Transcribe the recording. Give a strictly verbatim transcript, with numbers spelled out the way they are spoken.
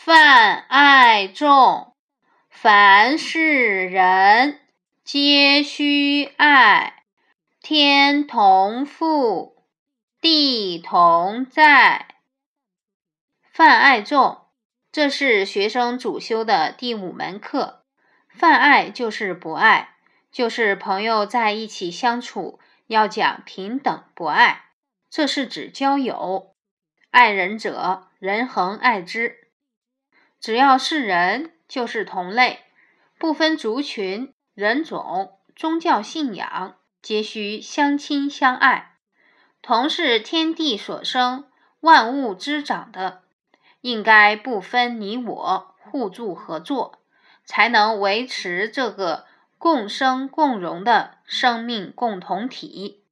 泛爱众，凡是人，皆须爱。天同覆，地同在。泛爱众，这是学生主修的第五门课。泛爱就是博爱，就是朋友在一起相处要讲平等博爱，这是指交友。爱人者，人恒爱之。只要是人，就是同类，不分族群、人种、宗教信仰，皆须相亲相爱。同是天地所生，万物之长的，应该不分你我，互助合作，才能维持这个共生共荣的生命共同体。